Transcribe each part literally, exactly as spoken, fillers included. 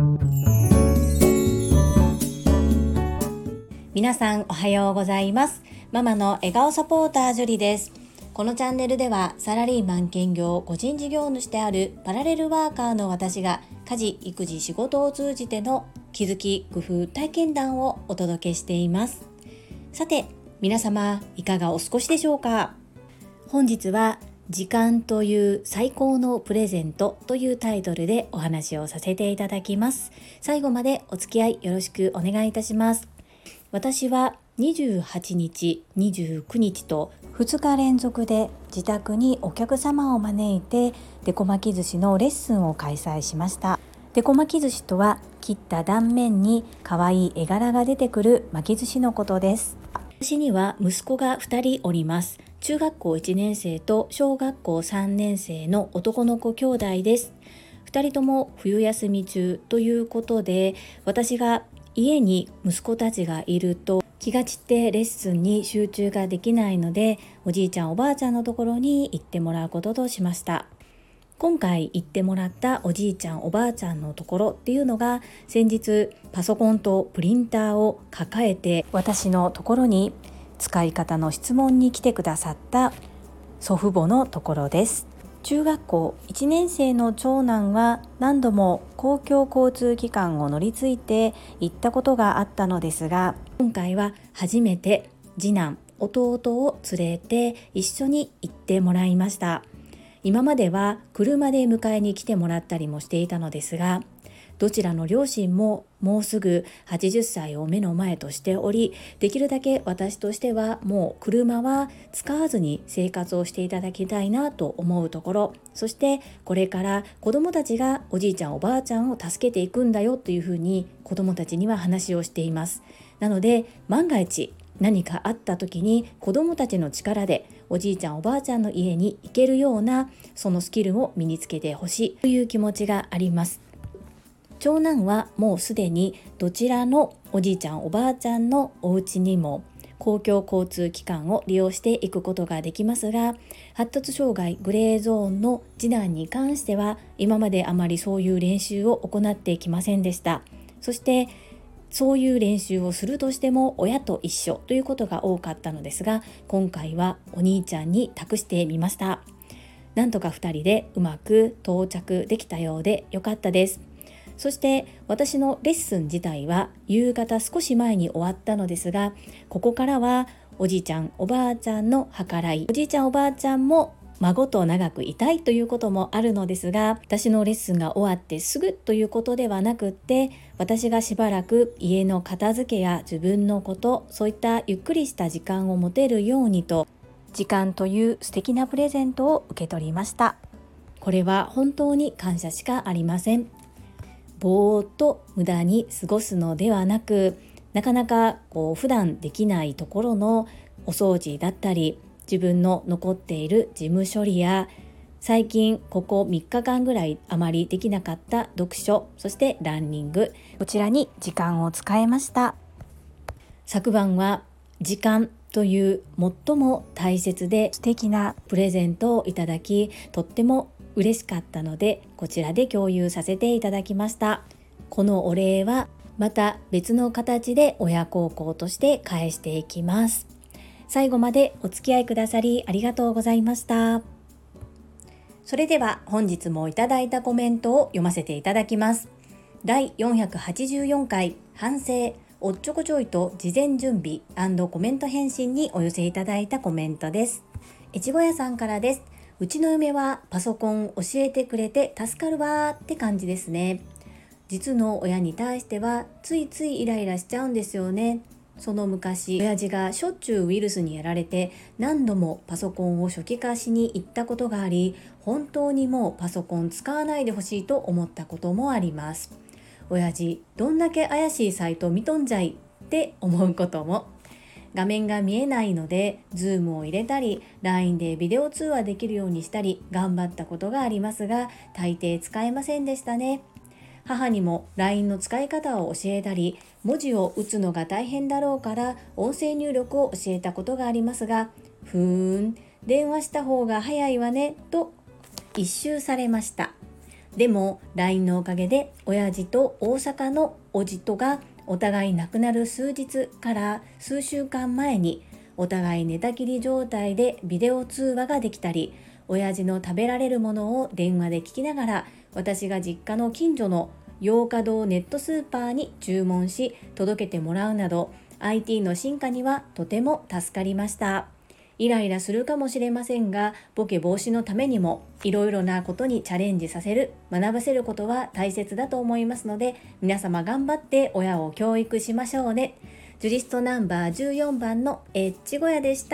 皆さんおはようございます。ママの笑顔サポータージュリです。このチャンネルではサラリーマン兼業個人事業主であるパラレルワーカーの私が家事育児仕事を通じての気づき工夫体験談をお届けしています。さて皆様いかがお過ごしでしょうか。本日は時間という最高のプレゼントというタイトルでお話をさせていただきます。最後までお付き合いよろしくお願いいたします。私はにじゅうはちにち、にじゅうくにちとふつか連続で自宅にお客様を招いてデコ巻き寿司のレッスンを開催しました。デコ巻き寿司とは切った断面に可愛い絵柄が出てくる巻き寿司のことです。私には息子がふたりおります。中学校いちねん生と小学校さんねん生の男の子兄弟です。ふたりとも冬休み中ということで、私が家に息子たちがいると気が散ってレッスンに集中ができないので、おじいちゃんおばあちゃんのところに行ってもらうこととしました。今回行ってもらったおじいちゃんおばあちゃんのところっていうのが、先日パソコンとプリンターを抱えて私のところに使い方の質問に来てくださった祖父母のところです。中学校いちねん生の長男は何度も公共交通機関を乗り継いで行ったことがあったのですが、今回は初めて次男弟を連れて一緒に行ってもらいました。今までは車で迎えに来てもらったりもしていたのですが、どちらの両親ももうすぐはちじゅっさいを目の前としており、できるだけ私としてはもう車は使わずに生活をしていただきたいなと思うところ、そしてこれから子どもたちがおじいちゃんおばあちゃんを助けていくんだよというふうに子どもたちには話をしています。なので万が一何かあった時に子どもたちの力でおじいちゃんおばあちゃんの家に行けるようなそのスキルを身につけてほしいという気持ちがあります。長男はもうすでにどちらのおじいちゃんおばあちゃんのお家にも公共交通機関を利用していくことができますが、発達障害グレーゾーンの次男に関しては今まであまりそういう練習を行ってきませんでした。そしてそういう練習をするとしても親と一緒ということが多かったのですが、今回はお兄ちゃんに託してみました。なんとかふたりでうまく到着できたようでよかったです。そして私のレッスン自体は夕方少し前に終わったのですが、ここからはおじいちゃんおばあちゃんの計らい、おじいちゃんおばあちゃんも孫と長くいたいということもあるのですが、私のレッスンが終わってすぐということではなくって、私がしばらく家の片付けや自分のこと、そういったゆっくりした時間を持てるようにと、時間という素敵なプレゼントを受け取りました。これは本当に感謝しかありません。ぼーっと無駄に過ごすのではなく、なかなかこう普段できないところのお掃除だったり、自分の残っている事務処理や、最近ここみっかかんぐらいあまりできなかった読書、そしてランニング、こちらに時間を使えました。昨晩は時間という最も大切で素敵なプレゼントをいただき、とっても嬉しかったのでこちらで共有させていただきました。このお礼はまた別の形で親孝行として返していきます。最後までお付き合いくださりありがとうございました。それでは本日もいただいたコメントを読ませていただきます。だいよんひゃくはちじゅうよんかい反省おっちょこちょいと事前準備&コメント返信にお寄せいただいたコメントです。越後屋さんからです。うちの嫁はパソコン教えてくれて助かるわーって感じですね。実の親に対してはついついイライラしちゃうんですよね。その昔、親父がしょっちゅうウイルスにやられて何度もパソコンを初期化しに行ったことがあり、本当にもうパソコン使わないでほしいと思ったこともあります。親父、どんだけ怪しいサイト見とんじゃいって思うことも。画面が見えないので Zoom を入れたり ライン でビデオ通話できるようにしたり頑張ったことがありますが、大抵使えませんでしたね。母にも ライン の使い方を教えたり、文字を打つのが大変だろうから音声入力を教えたことがありますが、ふーん、電話した方が早いわねと一蹴されました。 でも ライン のおかげで親父と大阪のおじとがお互い亡くなる数日から数週間前にお互い寝たきり状態でビデオ通話ができたり、親父の食べられるものを電話で聞きながら私が実家の近所の洋華堂ネットスーパーに注文し届けてもらうなど アイティー の進化にはとても助かりました。イライラするかもしれませんが、ボケ防止のためにもいろいろなことにチャレンジさせる、学ばせることは大切だと思いますので、皆様頑張って親を教育しましょうね。ジュリストナンバーじゅうよんばんのエッチゴヤでした。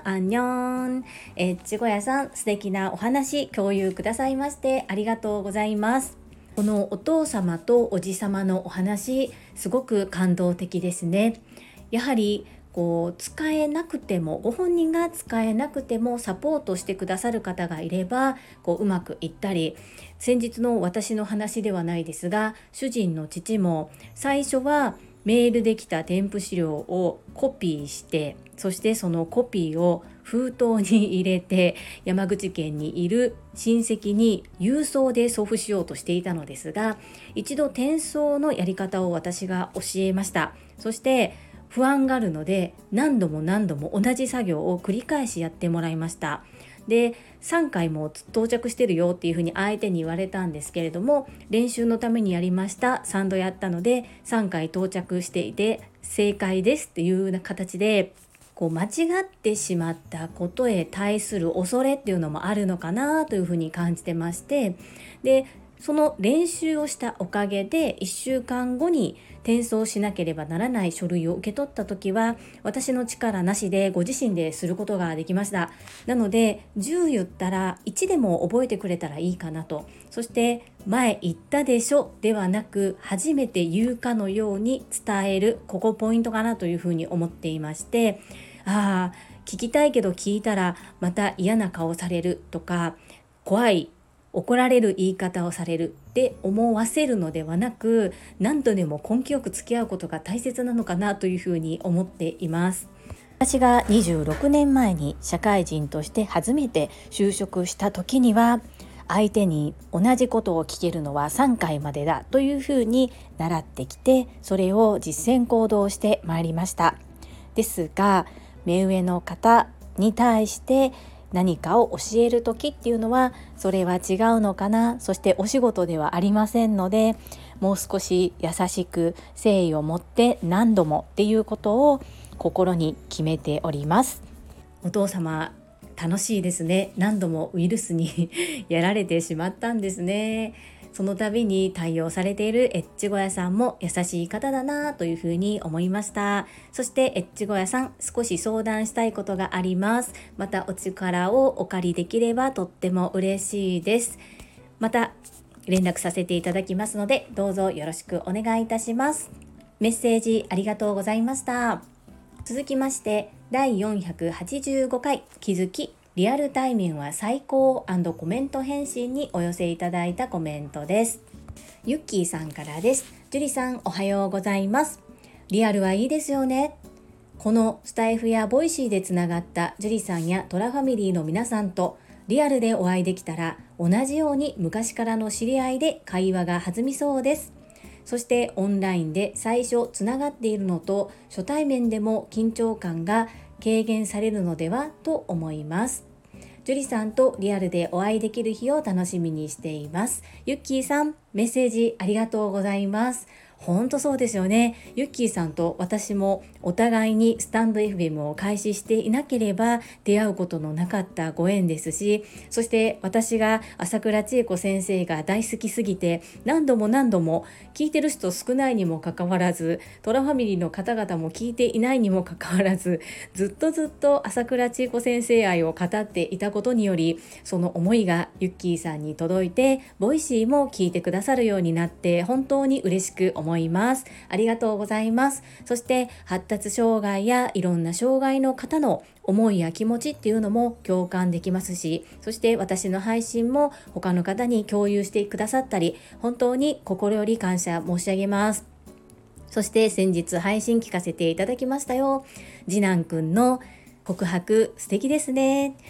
アンニョン。エッチゴヤさん、素敵なお話共有くださいましてありがとうございます。このお父様とおじ様のお話、すごく感動的ですね。やはりこう使えなくても、ご本人が使えなくてもサポートしてくださる方がいればこううまくいったり、先日の私の話ではないですが、主人の父も最初はメールできた添付資料をコピーして、そしてそのコピーを封筒に入れて山口県にいる親戚に郵送で送付しようとしていたのですが、一度転送のやり方を私が教えました。そして不安があるので何度も何度も同じ作業を繰り返しやってもらいました。でさんかいも到着してるよっていうふうに相手に言われたんですけれども、練習のためにやりました、さんどやったのでさんかい到着していて正解ですっていうような形で、こう間違ってしまったことへ対する恐れっていうのもあるのかなというふうに感じてまして、でその練習をしたおかげでいっしゅうかんごに転送しなければならない書類を受け取った時は私の力なしでご自身ですることができました。なのでじゅう言ったらいちでも覚えてくれたらいいかなと。そして前言ったでしょではなく初めて言うかのように伝える、ここポイントかなというふうに思っていまして、ああ聞きたいけど聞いたらまた嫌な顔されるとか、怖い怒られる言い方をされるって思わせるのではなく、何度でも根気よく付き合うことが大切なのかなというふうに思っています。私がにじゅうろくねんまえに社会人として初めて就職した時には、相手に同じことを聞けるのはさんかいまでだというふうに習ってきて、それを実践行動してまいりました。ですが目上の方に対して何かを教える時っていうのはそれは違うのかな、そしてお仕事ではありませんので、もう少し優しく誠意を持って何度もっていうことを心に決めております。お父様楽しいですね。何度もウイルスにやられてしまったんですね。その度に対応されているエッチゴヤさんも優しい方だなというふうに思いました。そしてエッチゴヤさん、少し相談したいことがあります。またお力をお借りできればとっても嬉しいです。また連絡させていただきますので、どうぞよろしくお願いいたします。メッセージありがとうございました。続きましてだいよんひゃくはちじゅうごかい気づきリアル対面は最高&コメント返信にお寄せいただいたコメントです。ゆっきーさんからです。ジュリさんおはようございます。リアルはいいですよね。このスタイフやボイシーでつながったジュリさんやトラファミリーの皆さんとリアルでお会いできたら、同じように昔からの知り合いで会話が弾みそうです。そしてオンラインで最初つながっているのと初対面でも緊張感が軽減されるのではと思います。ジュリさんとリアルでお会いできる日を楽しみにしています。ゆっきーさん、メッセージありがとうございます。本当そうですよね。ゆっきーさんと私もお互いにスタンド エフエム を開始していなければ出会うことのなかったご縁ですし、そして私が朝倉千恵子先生が大好きすぎて何度も何度も聞いてる人少ないにもかかわらず、トラファミリーの方々も聞いていないにもかかわらず、ずっとずっと朝倉千恵子先生愛を語っていたことにより、その思いがゆっきーさんに届いて、ボイシーも聞いてくださるようになって本当に嬉しく思います思います。ありがとうございます。そして発達障害やいろんな障害の方の思いや気持ちっていうのも共感できますし、そして私の配信も他の方に共有してくださったり、本当に心より感謝申し上げます。そして先日配信聞かせていただきましたよ。次男くんの告白素敵ですね。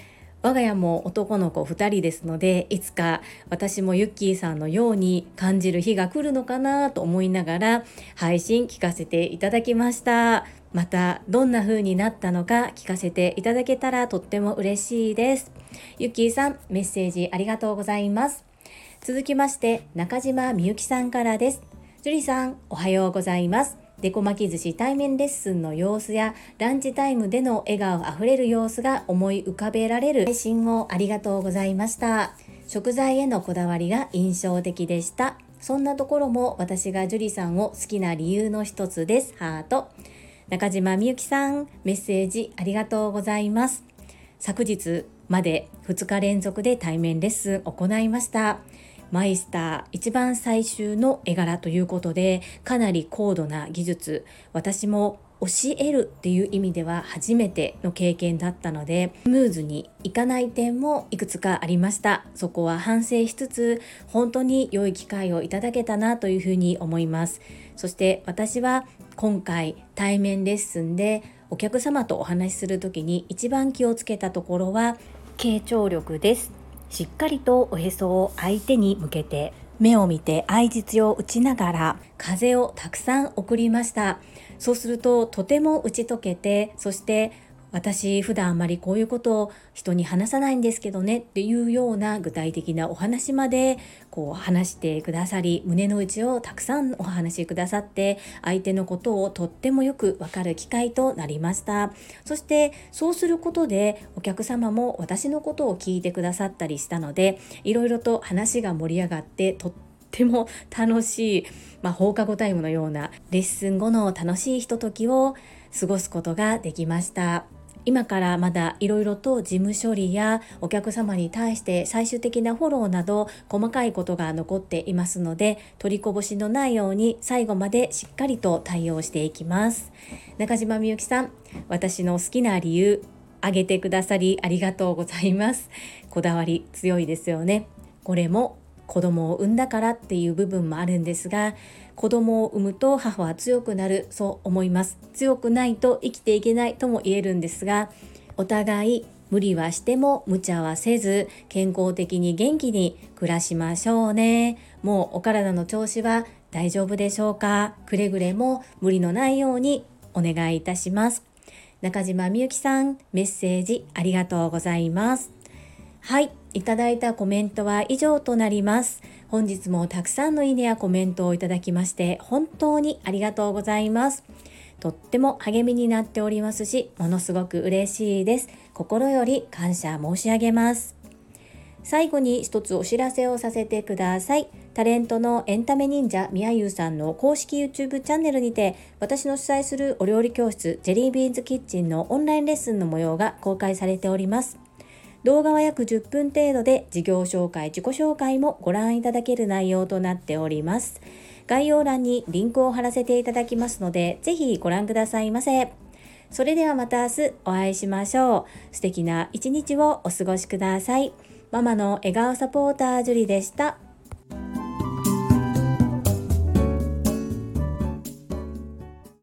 我が家も男の子ふたりですので、いつか私もゆっきーさんのように感じる日が来るのかなと思いながら配信聞かせていただきました。またどんな風になったのか聞かせていただけたらとっても嬉しいです。ゆっきーさん、メッセージありがとうございます。続きまして中島みゆきさんからです。ジュリさん、おはようございます。デコ巻き寿司対面レッスンの様子やランチタイムでの笑顔あふれる様子が思い浮かべられる配信をありがとうございました。食材へのこだわりが印象的でした。そんなところも私がジュリさんを好きな理由の一つです。ハート。中島みゆきさん、メッセージありがとうございます。昨日までふつか連続で対面レッスンを行いました。マイスター一番最終の絵柄ということで、かなり高度な技術、私も教えるっていう意味では初めての経験だったので、スムーズにいかない点もいくつかありました。そこは反省しつつ、本当に良い機会をいただけたなというふうに思います。そして私は今回対面レッスンでお客様とお話しするときに一番気をつけたところは傾聴力です。しっかりとおへそを相手に向けて目を見て相槌を打ちながら風をたくさん送りました。そうするととても打ち解けて、そして私普段あんまりこういうことを人に話さないんですけどねっていうような具体的なお話までこう話してくださり、胸の内をたくさんお話しくださって、相手のことをとってもよくわかる機会となりました。そしてそうすることでお客様も私のことを聞いてくださったりしたので、いろいろと話が盛り上がってとってとても楽しい、まあ、放課後タイムのようなレッスン後の楽しいひとときを過ごすことができました。今からまだいろいろと事務処理やお客様に対して最終的なフォローなど細かいことが残っていますので、取りこぼしのないように最後までしっかりと対応していきます。中島みゆきさん、私の好きな理由挙げてくださりありがとうございます。こだわり強いですよね。これも子供を産んだからっていう部分もあるんですが、子供を産むと母は強くなる、そう思います。強くないと生きていけないとも言えるんですが、お互い無理はしても無茶はせず、健康的に元気に暮らしましょうね。もうお体の調子は大丈夫でしょうか。くれぐれも無理のないようにお願いいたします。中島みゆきさん、メッセージありがとうございます。はい、いただいたコメントは以上となります。本日もたくさんのいいねやコメントをいただきまして本当にありがとうございます。とっても励みになっておりますし、ものすごく嬉しいです。心より感謝申し上げます。最後に一つお知らせをさせてください。タレントのエンタメ忍者みやゆうさんの公式 YouTube チャンネルにて、私の主催するお料理教室ジェリービーンズキッチンのオンラインレッスンの模様が公開されております。動画は約じゅっぷん程度で、事業紹介、自己紹介もご覧いただける内容となっております。概要欄にリンクを貼らせていただきますので、ぜひご覧くださいませ。それではまた明日お会いしましょう。素敵な一日をお過ごしください。ママの笑顔サポータージュリでした。